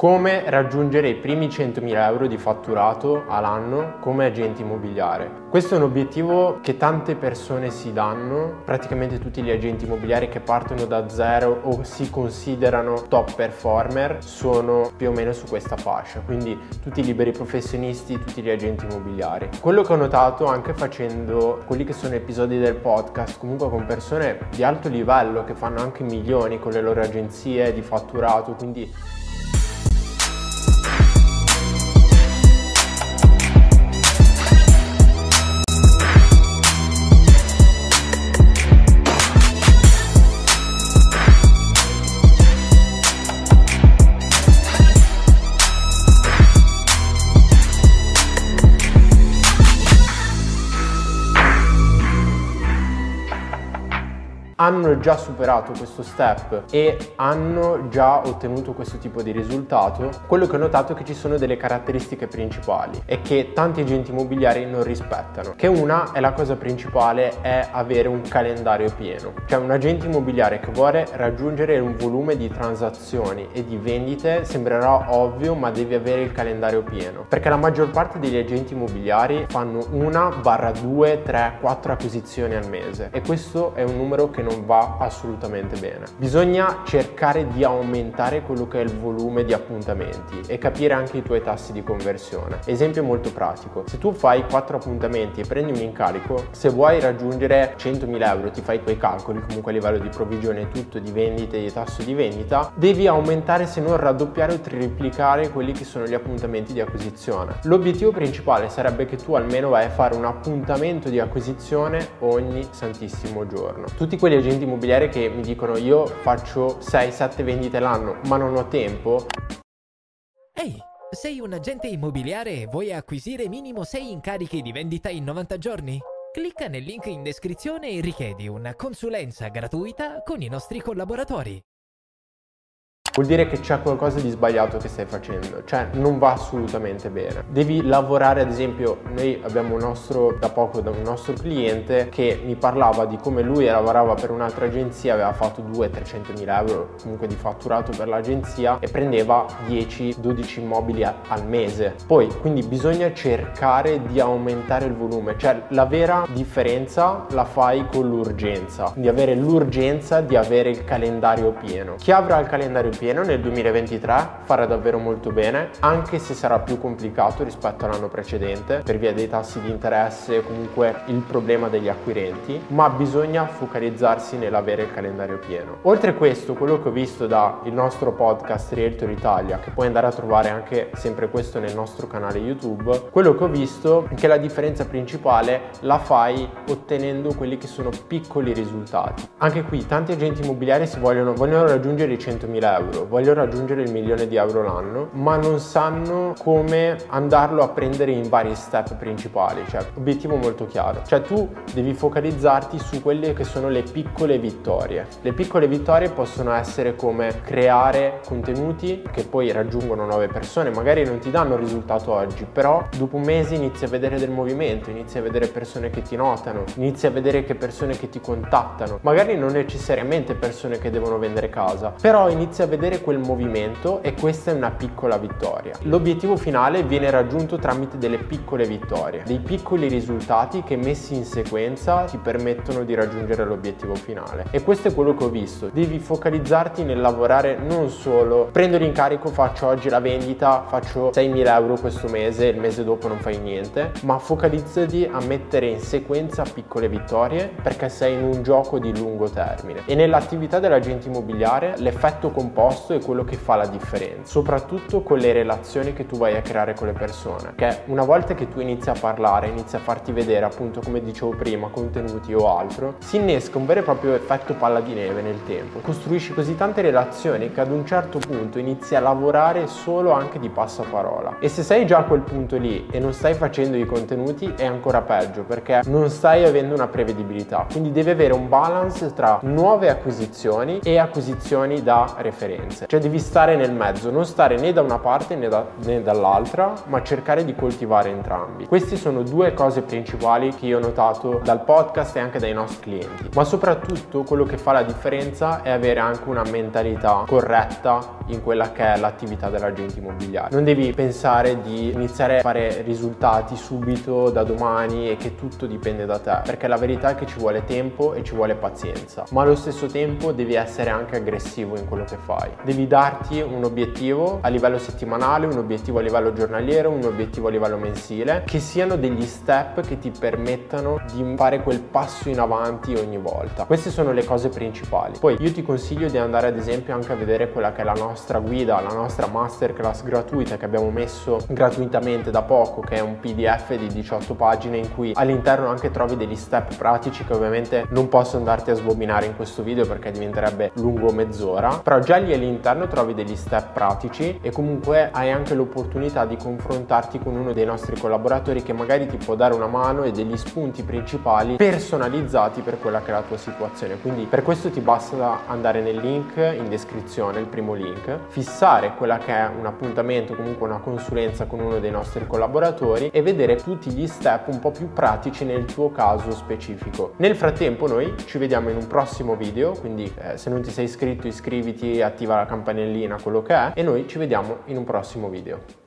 Come raggiungere i primi 100.000 euro di fatturato all'anno come agente immobiliare. Questo è un obiettivo che tante persone si danno, praticamente tutti gli agenti immobiliari che partono da zero o si considerano top performer sono più o meno su questa fascia, quindi tutti i liberi professionisti, tutti gli agenti immobiliari. Quello che ho notato anche facendo quelli che sono episodi del podcast, comunque con persone di alto livello che fanno anche milioni con le loro agenzie di fatturato, quindi hanno già superato questo step e hanno già ottenuto questo tipo di risultato. Quello che ho notato è che ci sono delle caratteristiche principali e che tanti agenti immobiliari non rispettano, che una è la cosa principale, è avere un calendario pieno. Cioè un agente immobiliare che vuole raggiungere un volume di transazioni e di vendite sembrerà ovvio, ma devi avere il calendario pieno, perché la maggior parte degli agenti immobiliari fanno 1, 2, 3, 4 acquisizioni al mese e questo è un numero che non va assolutamente bene. Bisogna cercare di aumentare quello che è il volume di appuntamenti e capire anche i tuoi tassi di conversione. Esempio molto pratico: se tu fai 4 appuntamenti e prendi un incarico, se vuoi raggiungere 100.000 euro, ti fai i tuoi calcoli comunque a livello di provvigione e tutto, di vendite e di tasso di vendita, devi aumentare, se non raddoppiare o triplicare quelli che sono gli appuntamenti di acquisizione. L'obiettivo principale sarebbe che tu almeno vai a fare un appuntamento di acquisizione ogni santissimo giorno. Tutti quelli agenti immobiliari che mi dicono io faccio 6-7 vendite l'anno ma non ho tempo. Ehi, sei un agente immobiliare e vuoi acquisire minimo 6 incarichi di vendita in 90 giorni? Clicca nel link in descrizione e richiedi una consulenza gratuita con i nostri collaboratori. Vuol dire che c'è qualcosa di sbagliato che stai facendo, cioè non va assolutamente bene. Devi lavorare, ad esempio, noi abbiamo da poco un nostro cliente che mi parlava di come lui lavorava per un'altra agenzia, aveva fatto 200-300.000 euro comunque di fatturato per l'agenzia e prendeva 10-12 immobili al mese. Poi, quindi bisogna cercare di aumentare il volume, cioè la vera differenza la fai con l'urgenza, di avere l'urgenza di avere il calendario pieno. Chi avrà il calendario pieno nel 2023 farà davvero molto bene, anche se sarà più complicato rispetto all'anno precedente per via dei tassi di interesse e comunque il problema degli acquirenti, ma bisogna focalizzarsi nell'avere il calendario pieno. Oltre a questo, quello che ho visto dal nostro podcast Realtor Italia, che puoi andare a trovare anche sempre questo nel nostro canale YouTube, quello che ho visto è che la differenza principale la fai ottenendo quelli che sono piccoli risultati. Anche qui tanti agenti immobiliari vogliono raggiungere i 100.000 euro, vogliono raggiungere il 1.000.000 di euro l'anno, ma non sanno come andarlo a prendere in vari step principali. Cioè, obiettivo molto chiaro, cioè tu devi focalizzarti su quelle che sono le piccole vittorie. Le piccole vittorie possono essere come creare contenuti che poi raggiungono nuove persone, magari non ti danno risultato oggi, però dopo un mese inizi a vedere del movimento, inizi a vedere persone che ti notano, inizi a vedere che persone che ti contattano, magari non necessariamente persone che devono vendere casa, però inizi a vedere quel movimento e questa è una piccola vittoria. L'obiettivo finale viene raggiunto tramite delle piccole vittorie, dei piccoli risultati che messi in sequenza ti permettono di raggiungere l'obiettivo finale, e questo è quello che ho visto. Devi focalizzarti nel lavorare non solo prendo l'incarico, faccio oggi la vendita, faccio 6.000 euro questo mese, il mese dopo non fai niente, ma focalizzati a mettere in sequenza piccole vittorie perché sei in un gioco di lungo termine e nell'attività dell'agente immobiliare l'effetto composto è quello che fa la differenza, soprattutto con le relazioni che tu vai a creare con le persone, che una volta che tu inizi a parlare, inizi a farti vedere, appunto come dicevo prima, contenuti o altro, si innesca un vero e proprio effetto palla di neve nel tempo. Costruisci così tante relazioni che ad un certo punto inizi a lavorare solo anche di passaparola, e se sei già a quel punto lì e non stai facendo i contenuti è ancora peggio perché non stai avendo una prevedibilità, quindi devi avere un balance tra nuove acquisizioni e acquisizioni da referenza. differenze. Cioè devi stare nel mezzo, non stare né da una parte né dall'altra, ma cercare di coltivare entrambi. Queste sono due cose principali che io ho notato dal podcast e anche dai nostri clienti. Ma soprattutto quello che fa la differenza è avere anche una mentalità corretta in quella che è l'attività dell'agente immobiliare. Non devi pensare di iniziare a fare risultati subito da domani e che tutto dipende da te, perché la verità è che ci vuole tempo e ci vuole pazienza, ma allo stesso tempo devi essere anche aggressivo in quello che fai. Devi darti un obiettivo a livello settimanale, un obiettivo a livello giornaliero, un obiettivo a livello mensile, che siano degli step che ti permettano di fare quel passo in avanti ogni volta. Queste sono le cose principali. Poi io ti consiglio di andare ad esempio anche a vedere quella che è la nostra guida, la nostra masterclass gratuita che abbiamo messo gratuitamente da poco, che è un PDF di 18 pagine in cui all'interno anche trovi degli step pratici che ovviamente non posso andarti a sbobinare in questo video perché diventerebbe lungo mezz'ora, però già lì all'interno trovi degli step pratici e comunque hai anche l'opportunità di confrontarti con uno dei nostri collaboratori che magari ti può dare una mano e degli spunti principali personalizzati per quella che è la tua situazione. Quindi per questo ti basta andare nel link in descrizione, il primo link, fissare quella che è un appuntamento, comunque una consulenza con uno dei nostri collaboratori e vedere tutti gli step un po' più pratici nel tuo caso specifico. Nel frattempo noi ci vediamo in un prossimo video, quindi se non ti sei iscritto iscriviti, attiva la campanellina, quello che è, e noi ci vediamo in un prossimo video.